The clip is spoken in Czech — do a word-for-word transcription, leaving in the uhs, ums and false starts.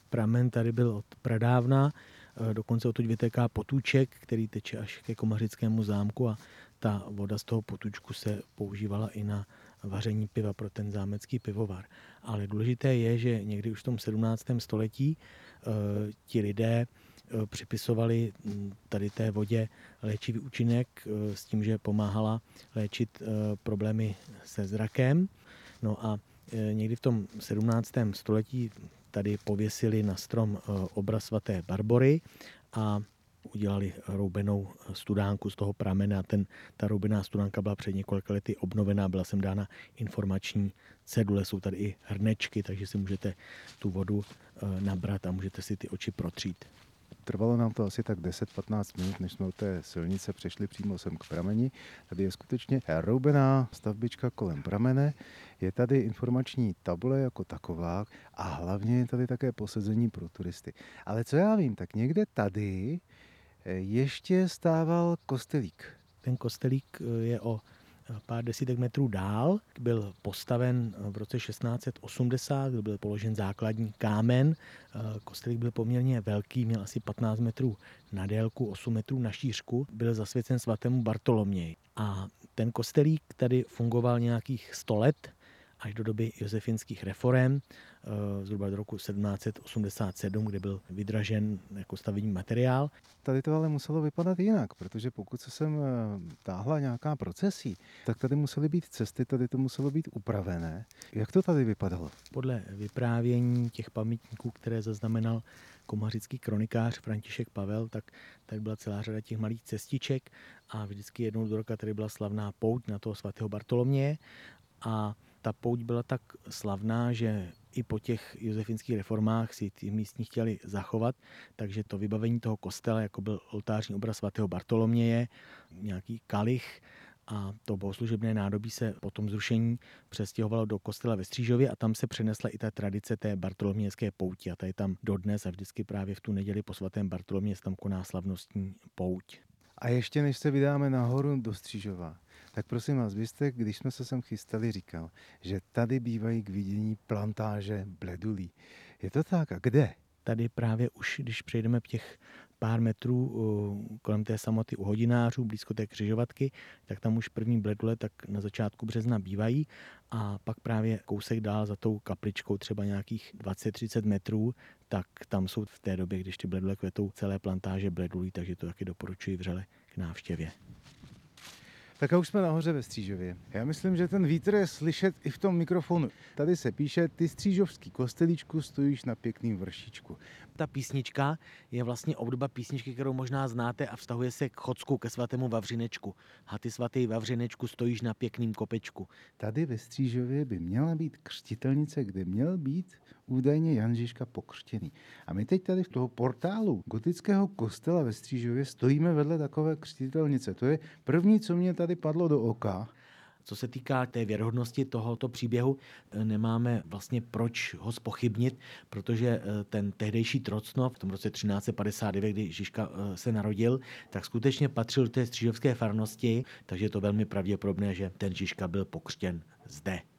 Pramen tady byl od pradávna, dokonce odtud vytéká potůček, který teče až ke Komařickému zámku a ta voda z toho potůčku se používala i na vaření piva pro ten zámecký pivovar. Ale důležité je, že někdy už v tom sedmnáctém století e, ti lidé e, připisovali tady té vodě léčivý účinek e, s tím, že pomáhala léčit e, problémy se zrakem. No a e, někdy v tom sedmnáctém století tady pověsili na strom obraz svaté Barbory a udělali roubenou studánku z toho pramene a ten, ta roubená studánka byla před několika lety obnovená, byla sem dána informační cedule, jsou tady i hrnečky, takže si můžete tu vodu nabrat a můžete si ty oči protřít. Trvalo nám to asi tak deset patnáct minut, než jsme od té silnice přešli přímo sem k prameni. Tady je skutečně roubená stavbička kolem pramene. Je tady informační tabule jako taková a hlavně je tady také posezení pro turisty. Ale co já vím, tak někde tady ještě stával kostelík. Ten kostelík je o pár desítek metrů dál. Byl postaven v roce šestnáct set osmdesát, kdy byl položen základní kámen. Kostelík byl poměrně velký, měl asi patnáct metrů na délku, osm metrů na šířku. Byl zasvěcen svatému Bartoloměji. A ten kostelík tady fungoval nějakých sto let, až do doby josefinských reforem, zhruba do roku sedmnáct set osmdesát sedm, kdy byl vydražen jako stavební materiál. Tady to ale muselo vypadat jinak, protože pokud se sem táhla nějaká procesí, tak tady musely být cesty, tady to muselo být upravené. Jak to tady vypadalo? Podle vyprávění těch pamětníků, které zaznamenal komařický kronikář František Pavel, tak tady byla celá řada těch malých cestiček a vždycky jednou do roka tady byla slavná pouť na toho svatého Bartoloměje a ta pouť byla tak slavná, že i po těch josefinských reformách si ty místní chtěli zachovat, takže to vybavení toho kostela, jako byl oltářní obraz svatého Bartoloměje, nějaký kalich a to bohoslužebné nádobí se po tom zrušení přestěhovalo do kostela ve Střížově a tam se přenesla i ta tradice té bartolomějské pouti a ta je tam dodnes a vždycky právě v tu neděli po svatém Bartoloměji se tam koná slavnostní pouť. A ještě než se vydáme nahoru do Střížova, tak prosím vás, vy jste, když jsme se sem chystali, říkal, že tady bývají k vidění plantáže bledulí. Je to tak? A kde? Tady právě už, když přejdeme těch pár metrů kolem té samoty u Hodinářů, blízko té křižovatky, tak tam už první bledule tak na začátku března bývají a pak právě kousek dál za tou kapličkou, třeba nějakých dvacet třicet metrů, tak tam jsou v té době, když ty bledule kvetou, celé plantáže bledulí, takže to taky doporučuji vřele k návštěvě. Tak a už jsme nahoře ve Střížově. Já myslím, že ten vítr je slyšet i v tom mikrofonu. Tady se píše, ty střížovský kostelíčku stojíš na pěkným vršičku. Ta písnička je vlastně obdoba písničky, kterou možná znáte a vztahuje se k Chodsku, ke svatému Vavřinečku. A ty svatý Vavřinečku stojíš na pěkným kopečku. Tady ve Střížově by měla být křtitelnice, kde měl být údajně Jan Žižka pokřtěný. A my teď tady v toho portálu gotického kostela ve Střížově stojíme vedle takové křtitelnice. To je první, co mě tady padlo do oka. Co se týká té věrohodnosti tohoto příběhu, nemáme vlastně proč ho zpochybnit, protože ten tehdejší Trocnov v tom roce třináct set padesát devět, kdy Žižka se narodil, tak skutečně patřil do té střížovské farnosti, takže je to velmi pravděpodobné, že ten Žižka byl pokřtěn zde.